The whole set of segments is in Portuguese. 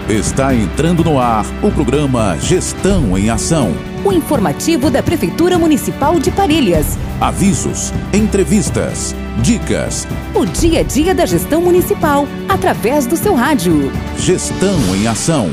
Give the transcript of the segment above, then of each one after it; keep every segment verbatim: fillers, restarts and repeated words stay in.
Está entrando no ar o programa Gestão em Ação. O informativo da Prefeitura Municipal de Parelhas. Avisos, entrevistas, dicas. O dia a dia da gestão municipal, através do seu rádio. Gestão em Ação.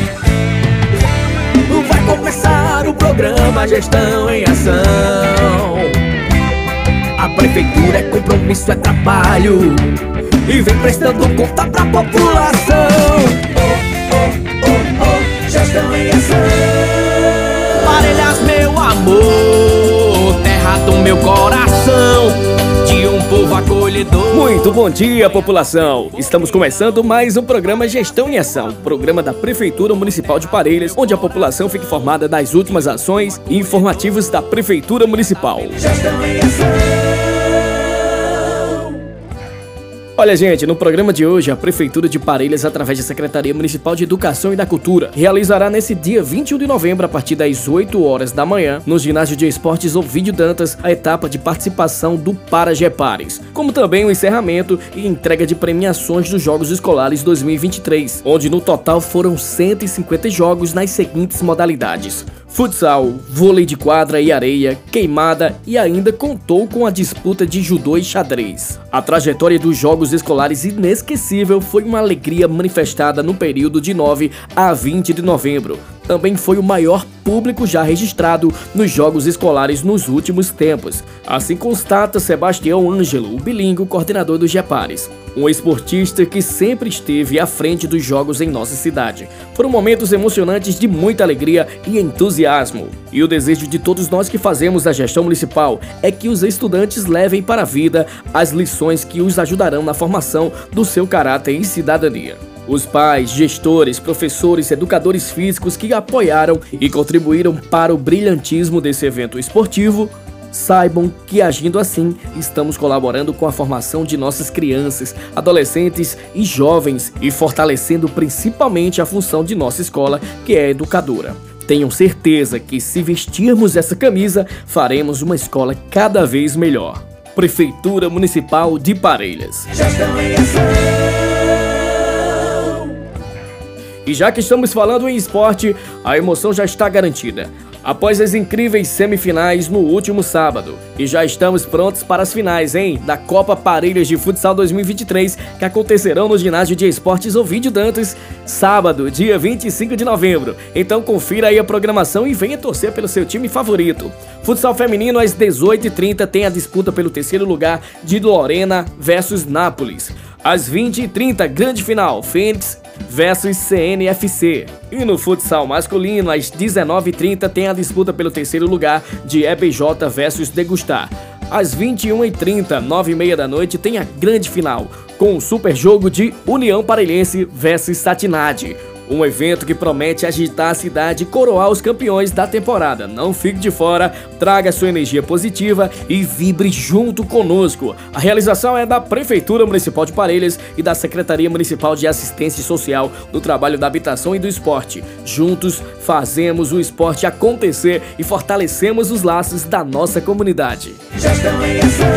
Vai começar o programa Gestão em Ação. A Prefeitura é compromisso, é trabalho, e vem prestando conta pra população. Oh, oh, oh, oh, Gestão em Ação. Parelhas, meu amor, terra do meu coração, de um povo acolhedor. Muito bom dia, população! Estamos começando mais um programa Gestão em Ação, programa da Prefeitura Municipal de Parelhas, onde a população fica informada das últimas ações e informativos da Prefeitura Municipal. Gestão em Ação. Olha, gente, no programa de hoje, a Prefeitura de Parelhas, através da Secretaria Municipal de Educação e da Cultura, realizará nesse dia vinte e um de novembro, a partir das oito horas da manhã, no ginásio de esportes Ovidio Dantas, a etapa de participação do Paragepares, como também o encerramento e entrega de premiações dos Jogos Escolares dois mil e vinte e três, onde no total foram cento e cinquenta jogos nas seguintes modalidades: futsal, vôlei de quadra e areia, queimada, e ainda contou com a disputa de judô e xadrez. A trajetória dos Jogos Escolares inesquecível foi uma alegria manifestada no período de nove a vinte de novembro. Também foi o maior público já registrado nos Jogos Escolares nos últimos tempos. Assim constata Sebastião Ângelo, o bilíngue coordenador dos Gepares, um esportista que sempre esteve à frente dos jogos em nossa cidade. Foram momentos emocionantes de muita alegria e entusiasmo. E o desejo de todos nós que fazemos a gestão municipal é que os estudantes levem para a vida as lições que os ajudarão na formação do seu caráter e cidadania. Os pais, gestores, professores, educadores físicos que apoiaram e contribuíram para o brilhantismo desse evento esportivo, saibam que, agindo assim, estamos colaborando com a formação de nossas crianças, adolescentes e jovens, e fortalecendo principalmente a função de nossa escola, que é educadora. Tenham certeza que, se vestirmos essa camisa, faremos uma escola cada vez melhor. Prefeitura Municipal de Parelhas. Gestão em Ação. E já que estamos falando em esporte, a emoção já está garantida. Após as incríveis semifinais no último sábado, e já estamos prontos para as finais, hein? Da Copa Parelhas de Futsal dois mil e vinte e três, que acontecerão no ginásio de esportes Ovidio Dantas, sábado, dia vinte e cinco de novembro. Então confira aí a programação e venha torcer pelo seu time favorito. Futsal feminino, às dezoito e trinta, tem a disputa pelo terceiro lugar de Lorena versus Nápoles. Às vinte e trinta, grande final, Fênix versus C N F C. E no futsal masculino, às dezenove e trinta, tem a disputa pelo terceiro lugar de E B J versus Degustar. Às vinte e uma e trinta, nove e meia da noite, tem a grande final, com o super jogo de União Parelhense versus Satinade. Um evento que promete agitar a cidade e coroar os campeões da temporada. Não fique de fora, traga sua energia positiva e vibre junto conosco. A realização é da Prefeitura Municipal de Parelhas e da Secretaria Municipal de Assistência Social do Trabalho da Habitação e do Esporte. Juntos, fazemos o esporte acontecer e fortalecemos os laços da nossa comunidade. Gestão em Ação.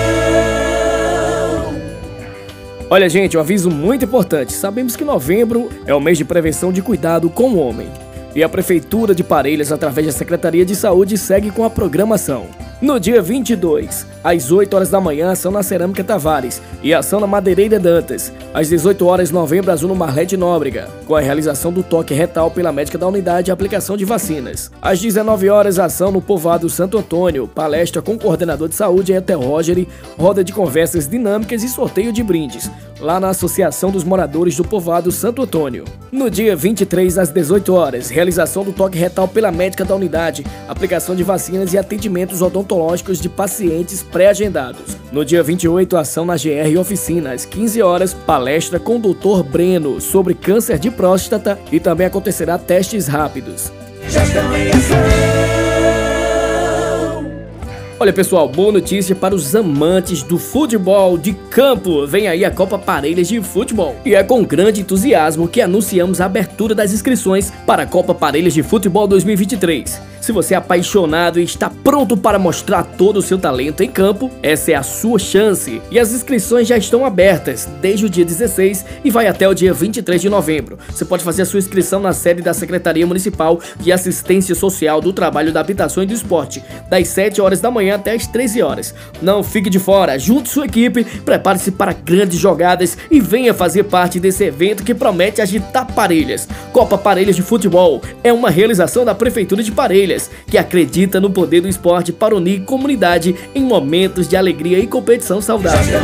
Olha, gente, um aviso muito importante. Sabemos que novembro é o mês de prevenção de cuidado com o homem. E a Prefeitura de Parelhas, através da Secretaria de Saúde, segue com a programação. No dia vinte e dois, às oito horas da manhã, ação na Cerâmica Tavares e ação na Madeireira Dantas. Às dezoito horas, novembro azul no Marlete Nóbrega, com a realização do toque retal pela médica da unidade e aplicação de vacinas. Às dezenove horas, ação no Povoado Santo Antônio, palestra com o coordenador de saúde, Etel Roger, roda de conversas dinâmicas e sorteio de brindes, lá na Associação dos Moradores do Povoado Santo Antônio. No dia vinte e três, às dezoito horas, realização do toque retal pela médica da unidade, aplicação de vacinas e atendimentos odontológicos de pacientes pré-agendados. No dia vinte e oito, ação na G R Oficina, às quinze horas, palestra com o doutor Breno sobre câncer de próstata e também acontecerá testes rápidos. Gestão em Ação. Olha, pessoal, boa notícia para os amantes do futebol de campo. Vem aí a Copa Parelhas de Futebol. E é com grande entusiasmo que anunciamos a abertura das inscrições para a Copa Parelhas de Futebol dois mil e vinte e três. Se você é apaixonado e está pronto para mostrar todo o seu talento em campo, essa é a sua chance. E as inscrições já estão abertas desde o dia dezesseis e vai até o dia vinte e três de novembro. Você pode fazer a sua inscrição na sede da Secretaria Municipal de Assistência Social do Trabalho, da Habitação e do Esporte, das sete horas da manhã até as treze horas. Não fique de fora, junte sua equipe, prepare-se para grandes jogadas e venha fazer parte desse evento que promete agitar Parelhas. Copa Parelhas de Futebol é uma realização da Prefeitura de Parelhas, que acredita no poder do esporte para unir comunidade em momentos de alegria e competição saudável.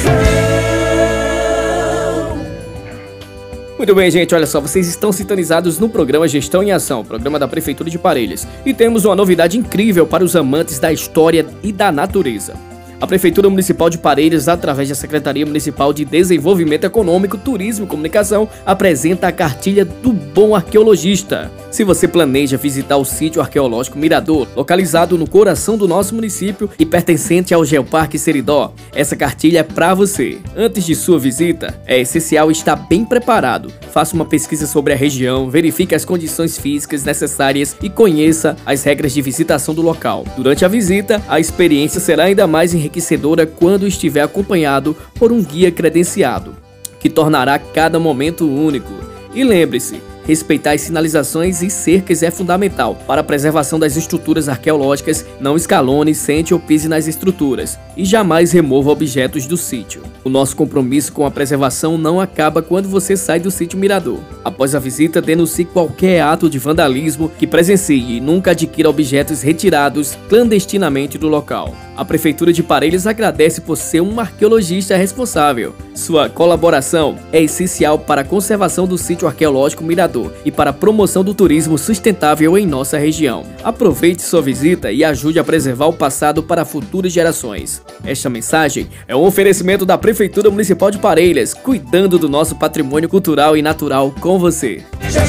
Muito bem, gente, olha só, vocês estão sintonizados no programa Gestão em Ação, programa da Prefeitura de Parelhas, e temos uma novidade incrível para os amantes da história e da natureza. A Prefeitura Municipal de Parelhas, através da Secretaria Municipal de Desenvolvimento Econômico, Turismo e Comunicação, apresenta a cartilha do Bom Arqueologista. Se você planeja visitar o sítio arqueológico Mirador, localizado no coração do nosso município e pertencente ao Geoparque Seridó, essa cartilha é para você. Antes de sua visita, é essencial estar bem preparado. Faça uma pesquisa sobre a região, verifique as condições físicas necessárias e conheça as regras de visitação do local. Durante a visita, a experiência será ainda mais enriquecedora quando estiver acompanhado por um guia credenciado, que tornará cada momento único. E lembre-se, respeitar as sinalizações e cercas é fundamental para a preservação das estruturas arqueológicas. Não escalone, sente ou pise nas estruturas e jamais remova objetos do sítio. O nosso compromisso com a preservação não acaba quando você sai do sítio Mirador. Após a visita, denuncie qualquer ato de vandalismo que presencie e nunca adquira objetos retirados clandestinamente do local. A Prefeitura de Parelhas agradece por ser um arqueologista responsável. Sua colaboração é essencial para a conservação do sítio arqueológico Mirador e para a promoção do turismo sustentável em nossa região. Aproveite sua visita e ajude a preservar o passado para futuras gerações. Esta mensagem é um oferecimento da Prefeitura Municipal de Parelhas, cuidando do nosso patrimônio cultural e natural com você.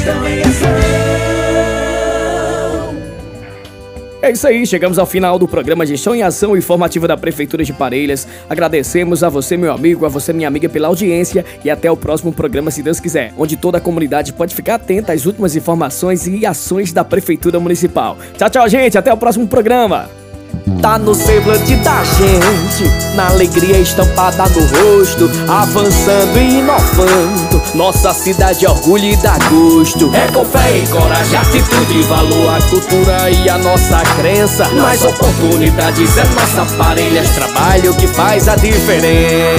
É isso aí, chegamos ao final do programa Gestão em Ação informativa da Prefeitura de Parelhas. Agradecemos a você, meu amigo, a você, minha amiga, pela audiência e até o próximo programa, se Deus quiser, onde toda a comunidade pode ficar atenta às últimas informações e ações da Prefeitura Municipal. Tchau, tchau, gente, até o próximo programa. Tá no semblante da gente, na alegria estampada no rosto, avançando e inovando, nossa cidade é orgulho e dá gosto. É com fé e coragem, atitude, valor, a cultura e a nossa crença. Mais oportunidades é nossa Parelhas, trabalho que faz a diferença.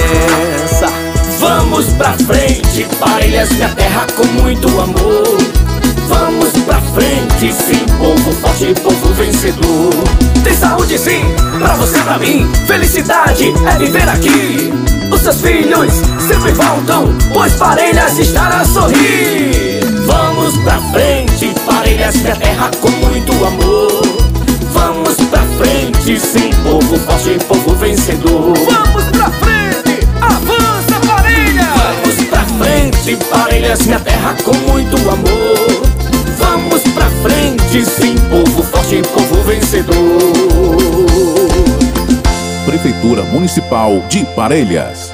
Vamos pra frente, Parelhas, minha terra com muito amor. Vamos pra frente, sim, povo forte, povo vencedor. Tem saúde sim, pra você, pra mim, felicidade é viver aqui. Os seus filhos sempre voltam, pois Parelhas estará a sorrir. Vamos pra frente, Parelhas, minha terra com muito amor. Vamos pra frente, sim, povo forte, povo vencedor. Vamos pra frente, avança Parelhas. Vamos pra frente, Parelhas, minha terra com muito amor. Vamos pra frente, sim, povo forte, povo vencedor. Prefeitura Municipal de Parelhas.